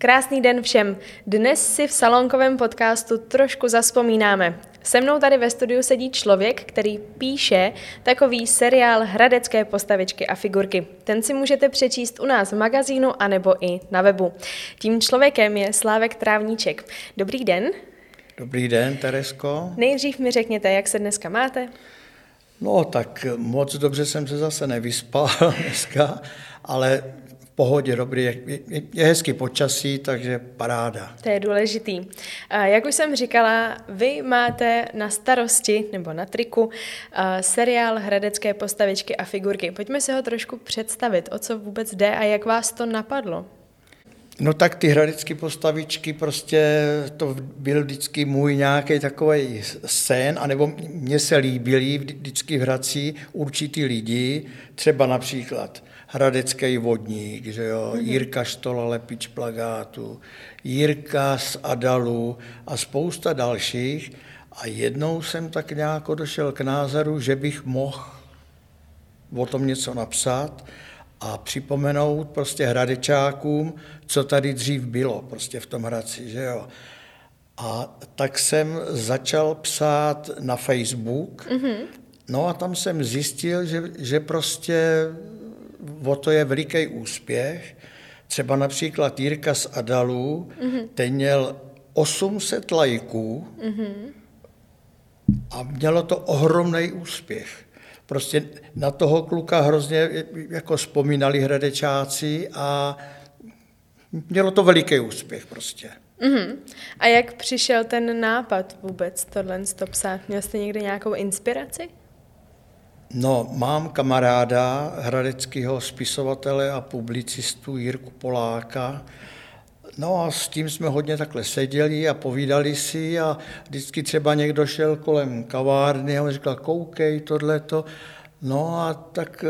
Krásný den všem. Dnes si v Salonkovém podcastu trošku zazpomínáme. Se mnou tady ve studiu sedí člověk, který píše takový seriál Hradecké postavičky a figurky. Ten si můžete přečíst u nás v magazínu anebo i na webu. Tím člověkem je Slávek Trávníček. Dobrý den. Dobrý den, Teresko. Nejdřív mi řekněte, jak se dneska máte? No tak moc dobře jsem se zase nevyspal dneska, ale v pohodě, dobrý, je hezký počasí, takže paráda. To je důležitý. Jak už jsem říkala, vy máte na starosti, nebo na triku, seriál Hradecké postavičky a figurky. Pojďme si ho trošku představit, o co vůbec jde a jak vás to napadlo. No tak ty hradecké postavičky, prostě to byl vždycky můj nějaký takový sen, anebo mně se líbily vždycky v Hradci určitý lidi, třeba například Hradecký vodník, že jo, Jirka Štola, lepič plagátu, Jirka z Adalu a spousta dalších. A jednou jsem tak nějak došel k názoru, že bych mohl o tom něco napsat a připomenout prostě hradečákům, co tady dřív bylo prostě v tom Hradci, že jo. A tak jsem začal psát na Facebook, no a tam jsem zjistil, že prostě o to je veliký úspěch. Třeba například Jirka z Adalu, ten měl 800 lajků a mělo to ohromný úspěch. Prostě na toho kluka hrozně jako vzpomínali hradečáci a mělo to veliký úspěch prostě. A jak přišel ten nápad vůbec tohle psát? Měl jste někde nějakou inspiraci? No, mám kamaráda, hradeckého spisovatele a publicistu Jirku Poláka. No a s tím jsme hodně takhle seděli a povídali si a vždycky třeba někdo šel kolem kavárny a on říkal, koukej, tohleto. No a tak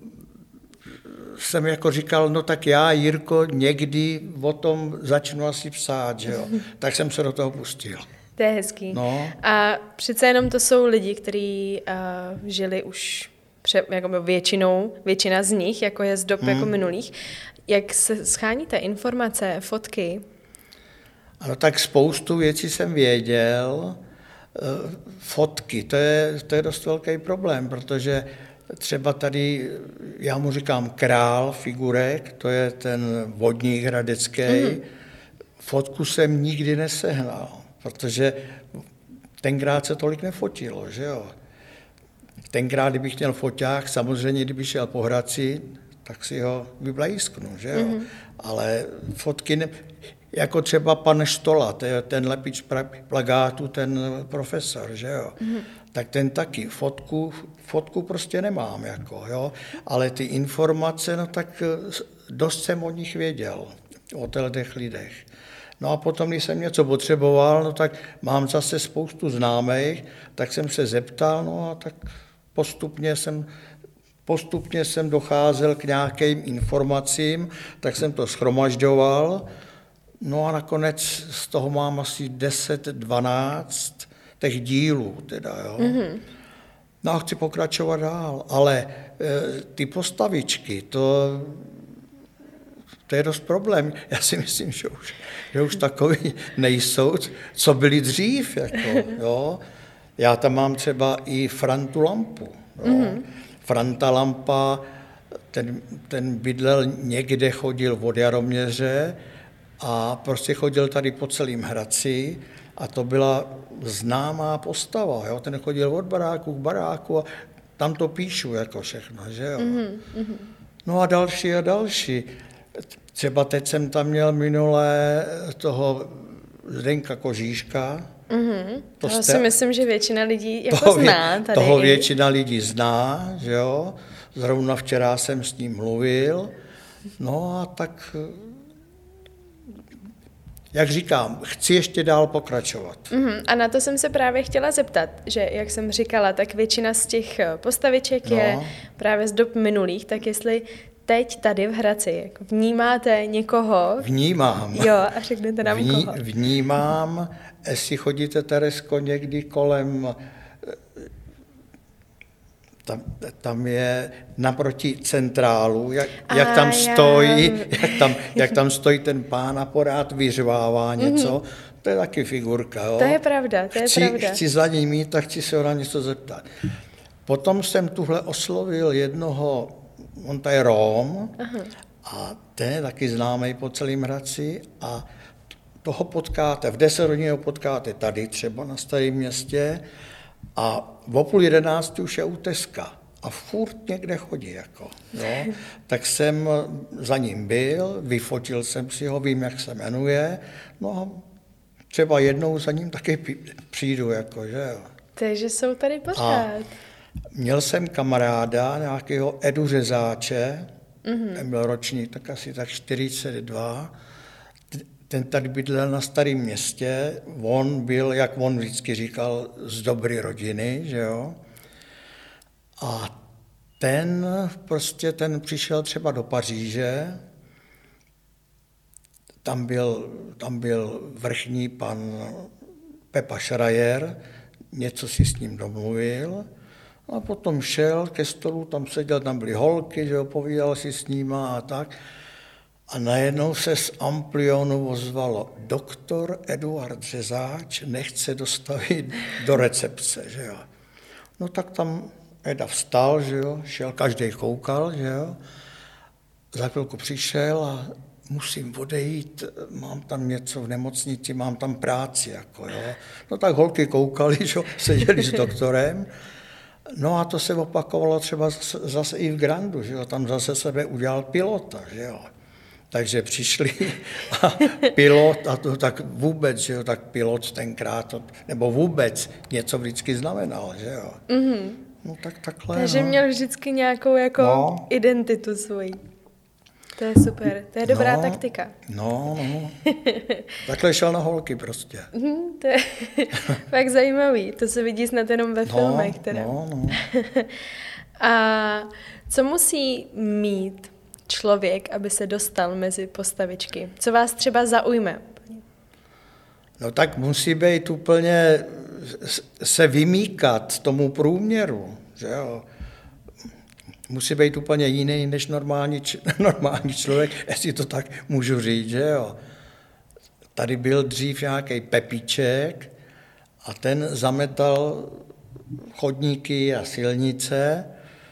jsem jako říkal, no tak já, Jirko, někdy o tom začnu asi psát, že jo. Tak jsem se do toho pustil. To je hezký. No. A přece jenom to jsou lidi, kteří žili už většina z nich, jako je z dob jako minulých. Jak se scháníte informace, fotky? Ano, tak spoustu věcí jsem věděl. Fotky, to je dost velký problém, protože třeba tady, já mu říkám král figurek, to je ten vodník hradecký. Fotku jsem nikdy nesehnal, protože tenkrát se tolik nefotilo, že jo. Tenkrát, kdybych měl foťák, samozřejmě, kdyby šel po Hradci, tak si ho vyblejsknu, že jo. Ale fotky, jako třeba pan Štola, to je ten lepič plagátu, ten profesor, že jo. Tak ten taky, fotku prostě nemám, jako, jo. Ale ty informace, no tak dost jsem o nich věděl, o těch lidech. No a potom, když jsem něco potřeboval, no tak mám zase spoustu známých, tak jsem se zeptal, no a tak postupně jsem docházel k nějakým informacím, tak jsem to shromažďoval, no a nakonec z toho mám asi 10-12 těch dílů, teda, jo. No a chci pokračovat dál, ale ty postavičky, to je dost problém. Já si myslím, že už takový nejsou, co byli dřív, jako, jo. Já tam mám třeba i Frantu Lampu. Franta Lampa, ten bydlel někde, chodil od Jaroměře a prostě chodil tady po celém Hradci a to byla známá postava. Jo? Ten chodil od baráku k baráku a tam to píšu jako všechno, že jo. No a další. Třeba teď jsem tam měl minulé toho Zdenka Kožíška. To si myslím, že většina lidí jako zná tady. Toho většina lidí zná, že jo. Zrovna včera jsem s ním mluvil. No a tak, jak říkám, chci ještě dál pokračovat. A na to jsem se právě chtěla zeptat, že jak jsem říkala, tak většina z těch postaviček je právě z dob minulých, tak jestli teď tady v Hradci jako vnímáte někoho? Vnímám. Jo, a řeknete nám koho. Vnímám, jestli chodíte, Teresko, někdy kolem Tam je naproti centrálu, jak tam stojí ten pán a pořád vyřvává něco, to je taky figurka. Jo? To je pravda, Chci za ním mít a chci se ho na něco zeptat. Potom jsem tuhle oslovil jednoho, on to je Róm, a ten je taky známý po celém Hradci a toho potkáte, v 10 hodin ho potkáte tady třeba na Starém Městě a o 10:30 už je u Teska a furt někde chodí. Jako, jo. Tak jsem za ním byl, vyfotil jsem si ho, vím, jak se jmenuje, no a třeba jednou za ním taky přijdu. Jako, že jo. Takže jsou tady pořád. Měl jsem kamaráda, nějakého Edu Řezáče, ten byl ročník, tak asi tak 42, ten tady bydlel na Starém Městě, on byl, jak on vždycky říkal, z dobré rodiny, že jo. A ten přišel třeba do Paříže, tam byl vrchní pan Pepa Schreier, něco si s ním domluvil, a potom šel ke stolu, tam seděl, tam byly holky, že jo, povídal si s nima a tak. A najednou se z amplionu ozvalo: doktor Eduard Řezáč nechce dostavit do recepce, že jo. No tak tam Eda vstal, že jo, šel, každý koukal, že jo. Za chvilku přišel a musím odejít, mám tam něco v nemocnici, mám tam práci, jako jo. No tak holky koukali, že jo, seděli s doktorem. No a to se opakovalo třeba zase i v Grandu, že jo, tam zase sebe udělal pilota, že jo. Takže přišli a pilot, a to tak vůbec, že jo, tak pilot tenkrát, nebo vůbec něco vždycky znamenal, že jo. No tak takhle. Takže měl vždycky nějakou jako identitu svoji. To je super, to je dobrá taktika. No. Takhle šel na holky prostě. To je fakt zajímavý, to se vidí snad jenom ve filmech teda. No. A co musí mít člověk, aby se dostal mezi postavičky? Co vás třeba zaujme? No tak musí být úplně, se vymýkat tomu průměru, že jo. Musí být úplně jiný než normální člověk, jestli to tak můžu říct, že jo. Tady byl dřív nějaký Pepíček a ten zametal chodníky a silnice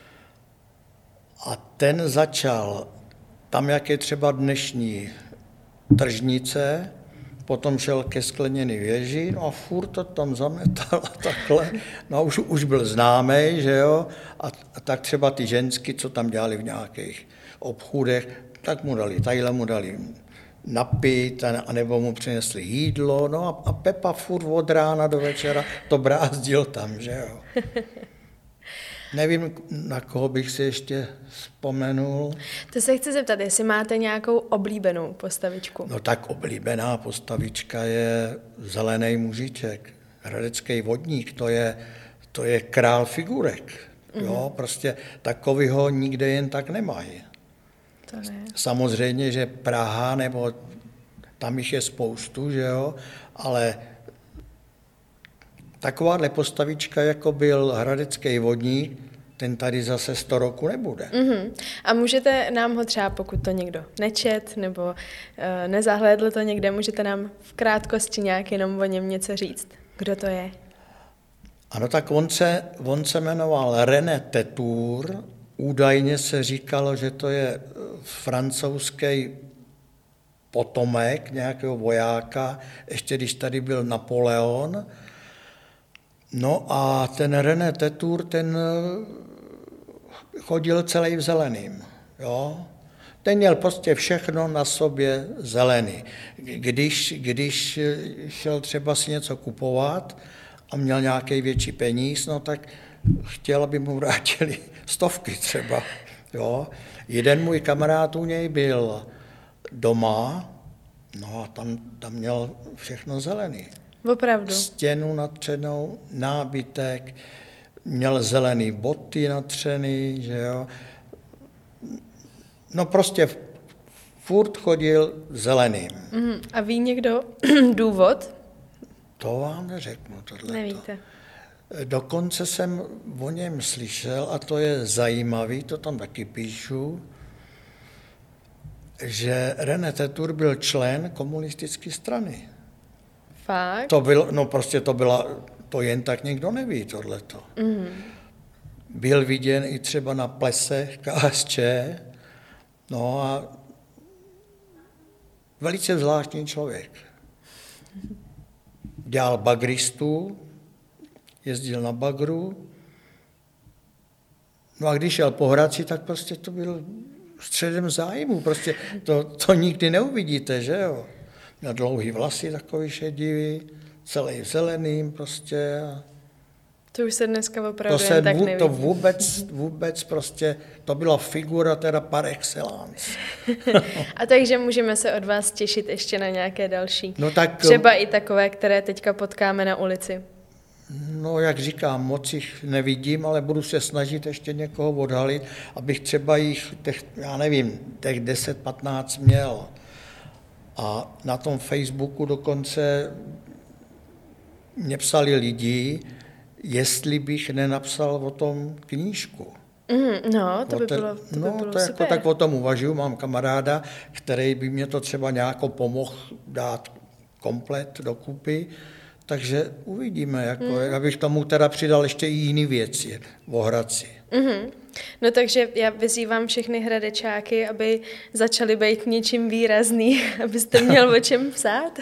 a ten začal tam, jak je třeba dnešní tržnice, potom šel ke skleněné věži, no a furt to tam zametal a takhle. No a už byl známý, že jo, a tak třeba ty ženský, co tam dělali v nějakých obchůdech, tak mu dali napít, anebo mu přinesli jídlo, no a Pepa furt od rána do večera to brázdil tam, že jo. Nevím, na koho bych si ještě vzpomenul. To se chci zeptat, jestli máte nějakou oblíbenou postavičku. No tak oblíbená postavička je Zelený mužiček, hradecký vodník, to je král figurek. Jo, prostě takovýho nikde jen tak nemají. To ne. Samozřejmě, že Praha, nebo tam jich je spoustu, že jo, ale takováhle postavička, jako byl hradecký vodník, ten tady zase 100 roku nebude. A můžete nám ho třeba, pokud to někdo nečet nebo nezahlédl to někde, můžete nám v krátkosti nějak jenom o něm něco říct? Kdo to je? Ano, tak on se jmenoval René Tetour, údajně se říkalo, že to je francouzský potomek nějakého vojáka, ještě když tady byl Napoleon. No a ten René Tetour, ten chodil celý v zeleným, jo. Ten měl prostě všechno na sobě zelený. Když šel třeba si něco kupovat a měl nějaký větší peníz, no tak chtěl, aby mu vrátili 100 třeba, jo. Jeden můj kamarád u něj byl doma, no a tam měl všechno zelený. Opravdu. Stěnu natřenou, nábytek, měl zelený boty natřený, že jo. No prostě furt chodil zeleným. A ví někdo důvod? To vám neřeknu, tohleto. Nevíte. Dokonce jsem o něm slyšel, a to je zajímavý, to tam taky píšu, že René Tetur byl člen komunistické strany. Fakt? To jen tak nikdo neví, tohleto. Byl viděn i třeba na plesech KSČ, no a velice zvláštní člověk. Dělal bagristu, jezdil na bagru, no a když šel po Hradci, tak prostě to byl středem zájmu, prostě to nikdy neuvidíte, že jo. Měl dlouhý vlasy, takový šedivý, celý zeleným prostě. To už se dneska opravdu jen tak nevidí. To vůbec prostě, to byla figura teda par excellence. A takže můžeme se od vás těšit ještě na nějaké další. No tak, třeba i takové, které teďka potkáme na ulici. No, jak říkám, moc jich nevidím, ale budu se snažit ještě někoho odhalit, abych třeba jich, těch 10-15 měl. A na tom Facebooku dokonce mě psali lidi, jestli bych nenapsal o tom knížku. No, to by bylo to super. Jako, tak o tom uvažuji, mám kamaráda, který by mě to třeba nějako pomohl dát komplet dokupy, takže uvidíme, abych tomu teda přidal ještě i jiné věci o Hradci. No takže já vyzývám všechny hradečáky, aby začali být něčím výrazný, abyste měl o čem psát.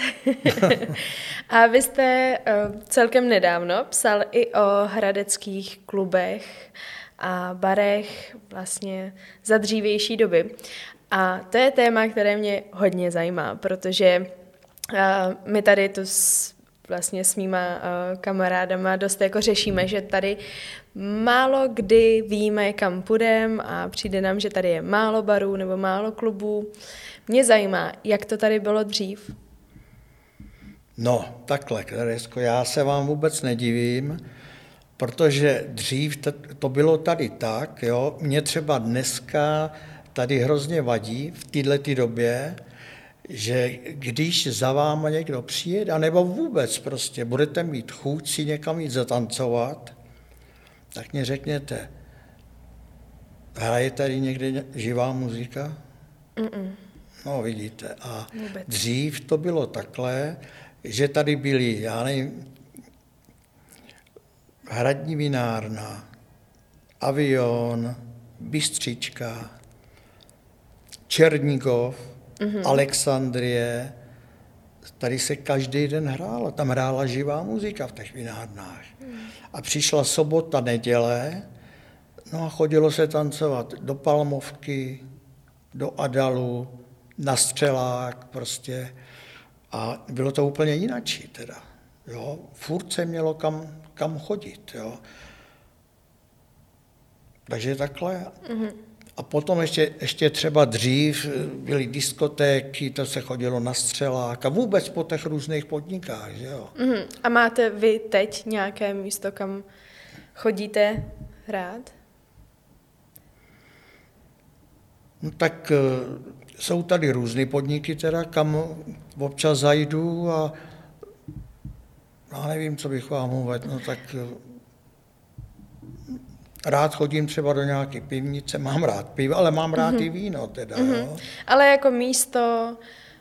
A vy jste celkem nedávno psal i o hradeckých klubech a barech vlastně za dřívější doby. A to je téma, které mě hodně zajímá, protože my tady tu vlastně s mýma kamarádama dost jako řešíme, že tady málo kdy víme, kam půjdeme a přijde nám, že tady je málo barů nebo málo klubů. Mě zajímá, jak to tady bylo dřív? No, takhle, Teresko, já se vám vůbec nedivím, protože dřív to bylo tady tak, jo. Mě třeba dneska tady hrozně vadí v této době, že když za váma někdo přijede, anebo vůbec prostě budete mít chuť si někam jít zatancovat, tak mě řekněte, hraje tady někde živá muzika? No vidíte, a vůbec. Dřív to bylo takhle, že tady byly, já nevím, Hradní vinárna, Avion, Bystřička, Černigov, Alexandrie, tady se každý den hrála, tam hrála živá muzika v těch vinárnách. A přišla sobota, neděle, no a chodilo se tancovat do Palmovky, do Adalu, na Střelák prostě. A bylo to úplně jinačí teda. Jo. Furt se mělo kam chodit. Jo. Takže takhle. A potom ještě třeba dřív byly diskotéky, to se chodilo na Střelák a vůbec po těch různých podnikách. Že jo. A máte vy teď nějaké místo, kam chodíte hrát? No tak jsou tady různé podniky, teda, kam občas zajdu a já nevím, co bych vám mluvil, no tak rád chodím třeba do nějaké pivnice, mám rád pivo, ale mám rád i víno teda. Jo. Ale jako místo,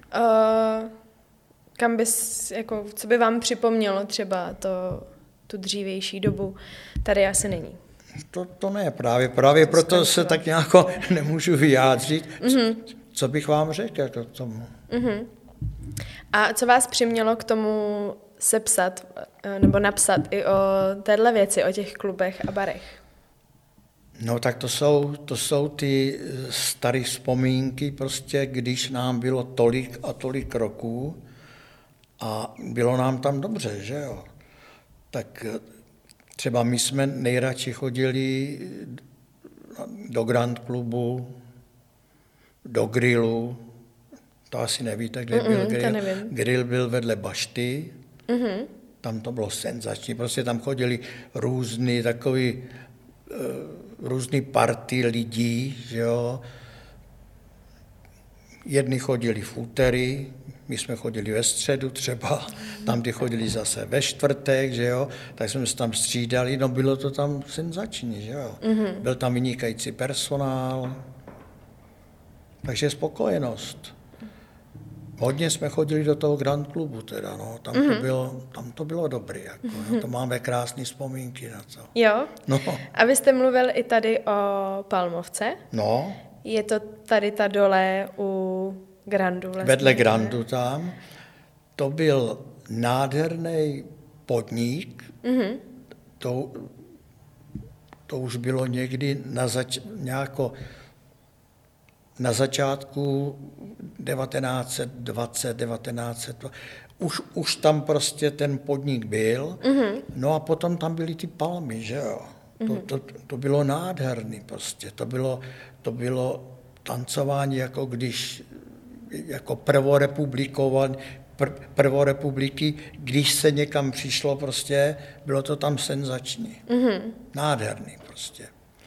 kam bys, jako, co by vám připomnělo třeba tu dřívější dobu, tady asi není. To ne, právě proto se tak nějak nemůžu vyjádřit, co bych vám řekl jako k tomu. A co vás přimělo k tomu sepsat nebo napsat i o téhle věci, o těch klubech a barech? No tak to jsou ty staré vzpomínky, prostě když nám bylo tolik a tolik roků a bylo nám tam dobře, že jo. Tak třeba my jsme nejradši chodili do Grand Clubu, do Grillu, to asi nevíte, kde byl Grill. Grill byl vedle bašty, tam to bylo senzační, prostě tam chodili různý party lidí, že jo. Jedni chodili v úterý, My jsme chodili ve středu třeba, tam ty chodili zase ve čtvrtek, že jo, tak jsme se tam střídali, no bylo to tam senzační, že jo. Byl tam vynikající personál, takže spokojenost. Hodně jsme chodili do toho Grand Clubu teda, no, tam to bylo dobrý, jako, no, to máme krásné vzpomínky na to. Jo? No. A vy jste mluvil i tady o Palmovce? No. Je to tady ta dole u Grandu vlastně? Vedle Grandu tam. To byl nádherný podnik. To už bylo někdy na začátku 1920. Už tam prostě ten podnik byl. No a potom tam byly ty palmy, že jo. To bylo nádherný prostě. To bylo tancování, jako když jako prvorepubliky, když se někam přišlo prostě, bylo to tam senzační. Nádherný prostě.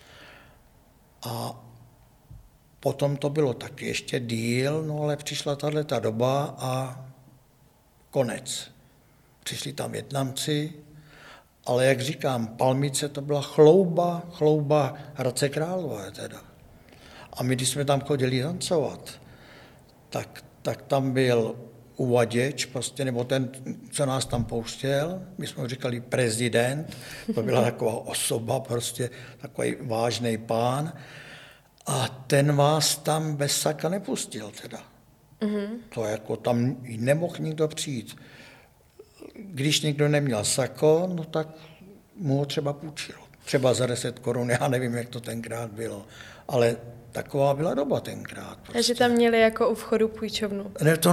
A potom to bylo taky ještě díl, no ale přišla tato doba a konec. Přišli tam Vietnamci, ale jak říkám, Palmice to byla chlouba Hradce Králové teda. A my, když jsme tam chodili tancovat, tak tam byl uvaděč, prostě, nebo ten, co nás tam pouštěl, my jsme ho říkali prezident, to byla taková osoba, prostě takový vážný pán, a ten vás tam bez saka nepustil teda. To jako tam nemohl nikdo přijít. Když někdo neměl sako, no tak mu ho třeba půjčil. Třeba za 10 korun, já nevím, jak to tenkrát bylo, ale taková byla doba tenkrát. Prostě. Takže tam měli jako u vchodu půjčovnu? Ne, to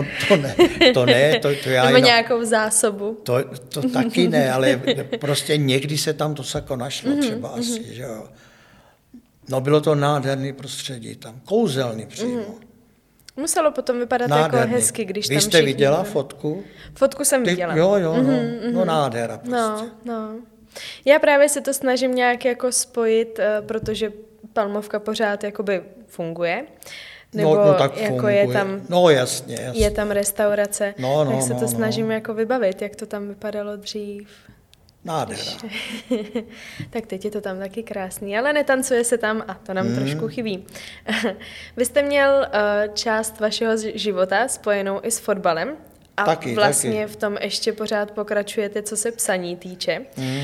já nebo nějakou zásobu? To taky ne, ale prostě někdy se tam to sako našlo třeba asi, že jo. No bylo to nádherný prostředí tam, kouzelný přímo. Muselo potom vypadat nádherný. Jako hezky, když Vy tam jste viděla fotku? Fotku jsem viděla. Jo, no nádhera prostě. No. Já právě se to snažím nějak jako spojit, protože Palmovka pořád jakoby funguje. Nebo tak jako funguje. Je tam, jasně. Je tam restaurace, tak se to snažím no. jako vybavit, jak to tam vypadalo dřív. Nádhera. Tak teď je to tam taky krásný, ale netancuje se tam a to nám trošku chybí. Vy jste měl část vašeho života spojenou i s fotbalem a vlastně v tom ještě pořád pokračujete, co se psaní týče.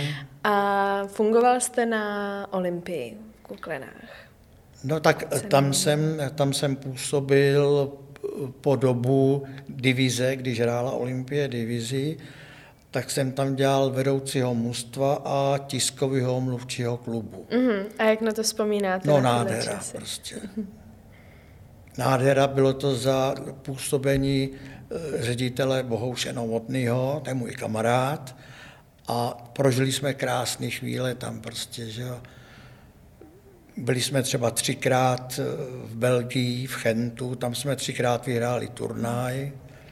A fungoval jste na Olympii v Kuklenách. No tak tam jsem působil po dobu divize, když hrála Olympie divizi, tak jsem tam dělal vedoucího mužstva a tiskového mluvčího klubu. A jak na to vzpomínáte? No nádhera prostě. Nádhera, bylo to za působení ředitele Bohouše Novotného, to je můj kamarád, a prožili jsme krásné chvíle tam prostě, že jo. Byli jsme třeba 3krát v Belgii, v Chentu, tam jsme 3krát vyhráli turnaj.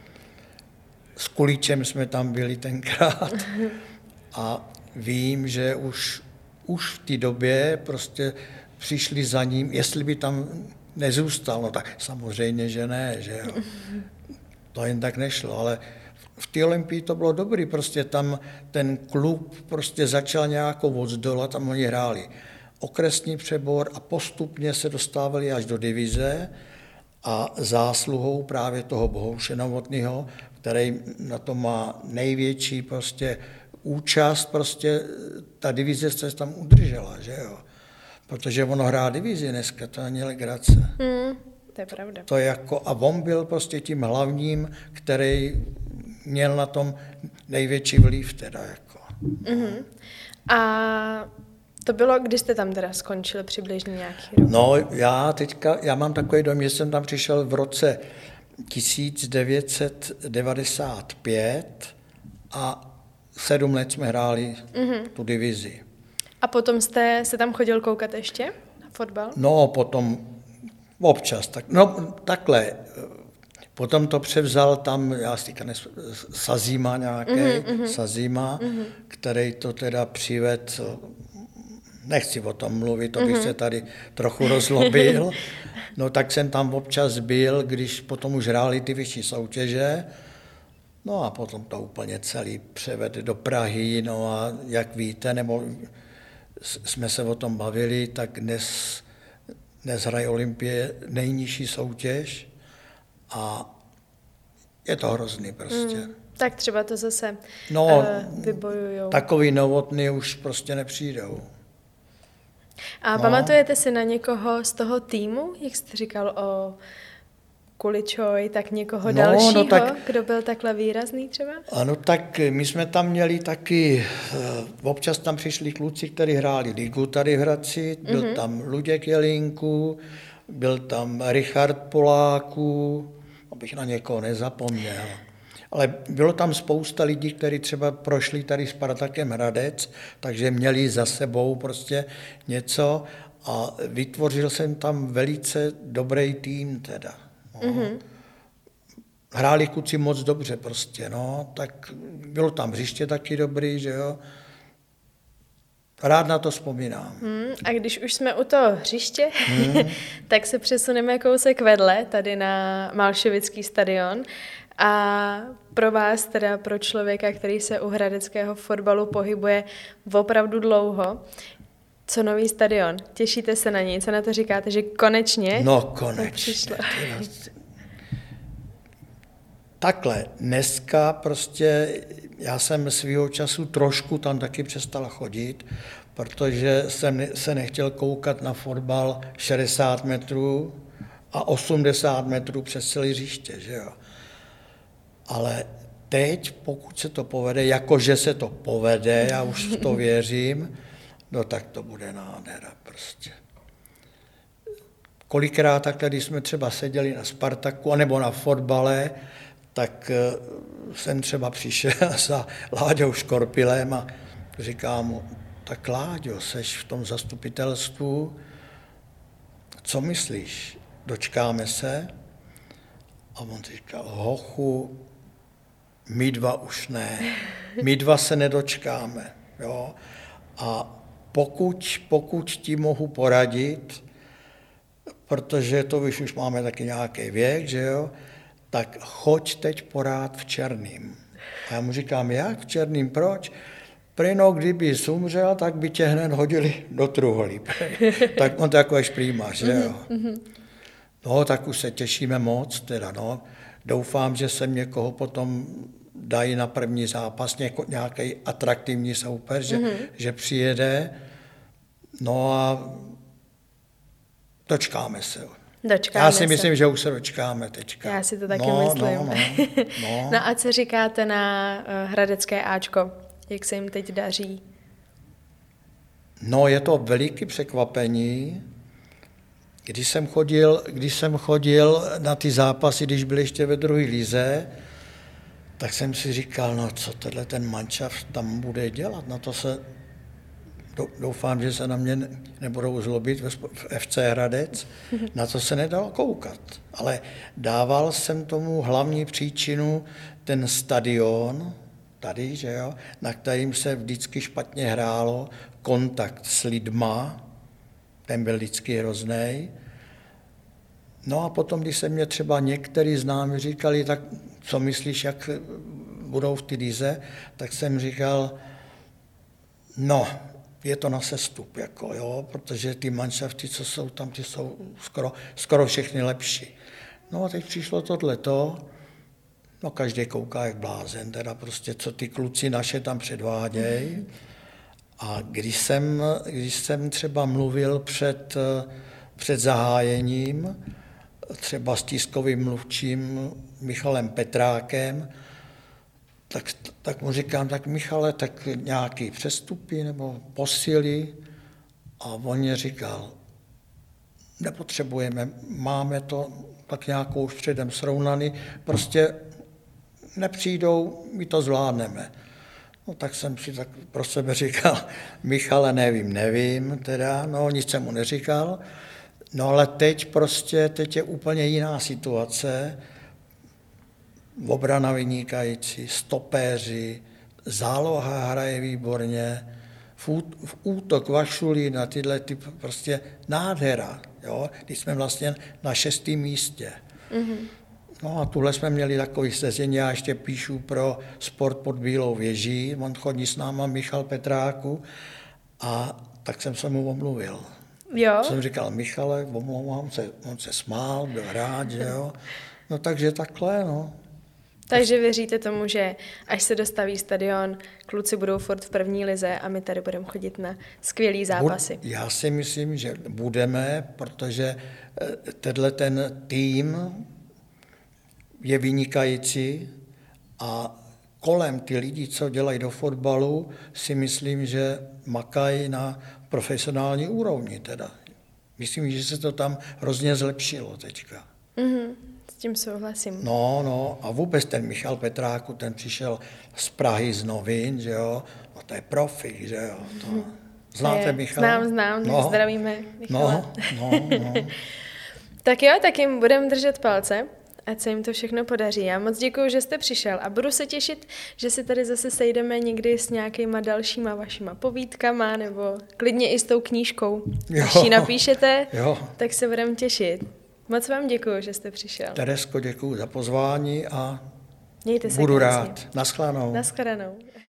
S Kulíčem jsme tam byli tenkrát a vím, že už v té době prostě přišli za ním, jestli by tam nezůstal, no tak samozřejmě, že ne, že jo. To jen tak nešlo, ale v té Olympii to bylo dobrý, prostě tam ten klub prostě začal nějakou odzdola, tam oni hráli okresní přebor a postupně se dostávali až do divize a zásluhou právě toho Bohouše Novotného, který na to má největší prostě účast, prostě ta divize se tam udržela, že jo. Protože ono hrá divizi dneska, to není legrace. To je pravda. To je jako, a on byl prostě tím hlavním, který měl na tom největší vliv teda jako. A to bylo, když jste tam teda skončili přibližně nějaký rok? No já mám takový dom, že jsem tam přišel v roce 1995 a 7 let jsme hráli tu divizi. A potom jste se tam chodil koukat ještě na fotbal? No potom občas, takhle. Potom to převzal tam, já si říkám, Sazima nějaký, Sazima, který to teda přivedl nechci o tom mluvit, to bych se tady trochu rozlobil. No tak jsem tam občas byl, když potom už hráli ty vyšší soutěže. No a potom to úplně celý převede do Prahy, no a jak víte, nebo jsme se o tom bavili, tak dnes hraje Olympie nejnižší soutěž a je to hrozný prostě. Tak třeba to zase vybojujou. Takový novotný už prostě nepřijdou. A pamatujete si na někoho z toho týmu, jak jste říkal o Kuličoj, tak někoho dalšího, kdo byl takhle výrazný třeba? Ano, tak my jsme tam měli taky, občas tam přišli kluci, kteří hráli ligu tady v Hradci, byl tam Luděk Jelínku, byl tam Richard Poláků, abych na někoho nezapomněl. Ale bylo tam spousta lidí, kteří třeba prošli tady Spartakem Hradec, takže měli za sebou prostě něco a vytvořil jsem tam velice dobrý tým teda. No. Hráli kluci moc dobře prostě, no, tak bylo tam hřiště taky dobrý, že jo. Rád na to vzpomínám. A když už jsme u toho hřiště, tak se přesuneme kousek vedle, tady na Malševický stadion. A pro vás, teda pro člověka, který se u hradeckého fotbalu pohybuje opravdu dlouho, co nový stadion? Těšíte se na něj? Co na to říkáte, že konečně? No konečně. Takhle, dneska prostě já jsem svýho času trošku tam taky přestal chodit, protože jsem se nechtěl koukat na fotbal 60 metrů a 80 metrů přes celé hřiště, že jo. Ale teď, pokud se to povede, jakože se to povede, já už v to věřím, no tak to bude nádhera prostě. Kolikrát takhle, když jsme třeba seděli na Spartaku nebo na fotbale, tak jsem třeba přišel za Láďou Škorpilem a říkám mu, tak Láďo, seš v tom zastupitelstvu, co myslíš, dočkáme se? A on říkal, hochu, my dva už ne, my dva se nedočkáme, jo. A pokud ti mohu poradit, protože to už máme taky nějaký věk, že jo, tak choď teď porád v Černým. A já mu říkám, jak v Černým, proč? Prino, kdyby jsi umřel, tak by tě hned hodili do truhlí. Tak on to jako až přijímáš, že jo. No, tak už se těšíme moc, teda no. Doufám, že se někoho potom dají na první zápas, nějaký atraktivní soupeř, že přijede. No a dočkáme se. Já si myslím, že už se dočkáme teďka. Já si to taky myslím. No a co říkáte na hradecké Ačko? Jak se jim teď daří? No, je to veliké překvapení. Když jsem chodil na ty zápasy, když byl ještě ve druhé lize, tak jsem si říkal, no co tenhle ten manšaft tam bude dělat, na to se, doufám, že se na mě nebudou zlobit v FC Hradec, na to se nedalo koukat. Ale dával jsem tomu hlavní příčinu ten stadion, tady, že jo, na kterým se vždycky špatně hrálo, kontakt s lidma, ten byl vždycky hroznej. No a potom, když se mě třeba některý známí říkali, tak co myslíš, jak budou v té lize, tak jsem říkal, no, je to na sestup, jako, jo, protože ty manšafty, co jsou tam, ty jsou skoro všechny lepší. No a teď přišlo tohleto, no každý kouká jak blázen, teda prostě, co ty kluci naše tam předvádějí. A když jsem třeba mluvil před zahájením, třeba s tiskovým mluvčím Michalem Petrákem, tak mu říkám, tak Michale, tak nějaký přestupy nebo posily. A on mě říkal, nepotřebujeme, máme to tak nějakou už předem srovnaný, prostě nepřijdou, my to zvládneme. No tak jsem si tak pro sebe říkal, Michale, nevím, teda, no nic jsem mu neříkal, no ale teď je úplně jiná situace, obrana vynikající, stopéři, záloha hraje výborně, v útok Vašulí na tyhle prostě nádhera, jo? Když jsme vlastně na 6. místě. No a tuhle jsme měli takový sezení, já ještě píšu pro Sport pod Bílou věží, on chodí s náma Michal Petráku a tak jsem se mu omluvil. Jo? Jsem říkal, Michale, omlouvám se, on se smál, byl rád, že jo. No takže takhle, no. Takže věříte tomu, že až se dostaví stadion, kluci budou furt v první lize a my tady budeme chodit na skvělý zápasy. Já si myslím, že budeme, protože ten tým je vynikající a kolem ty lidi, co dělají do fotbalu, si myslím, že makají na profesionální úrovni teda. Myslím, že se to tam hrozně zlepšilo teďka. S tím souhlasím. No a vůbec ten Michal Petráku, ten přišel z Prahy z Novin, že jo, no to je profik, že jo, to... Znáte Michala? Znám, zdravíme Michala. No. Tak jo, tak jim budeme držet palce, ať se jim to všechno podaří. Já moc děkuju, že jste přišel a budu se těšit, že si tady zase sejdeme někdy s nějakýma dalšíma vašima povídkama nebo klidně i s tou knížkou. Když ji napíšete, tak se budeme těšit. Moc vám děkuju, že jste přišel. Teresko, děkuju za pozvání a mějte se budu krásně. rád. Naschledanou. Naschledanou.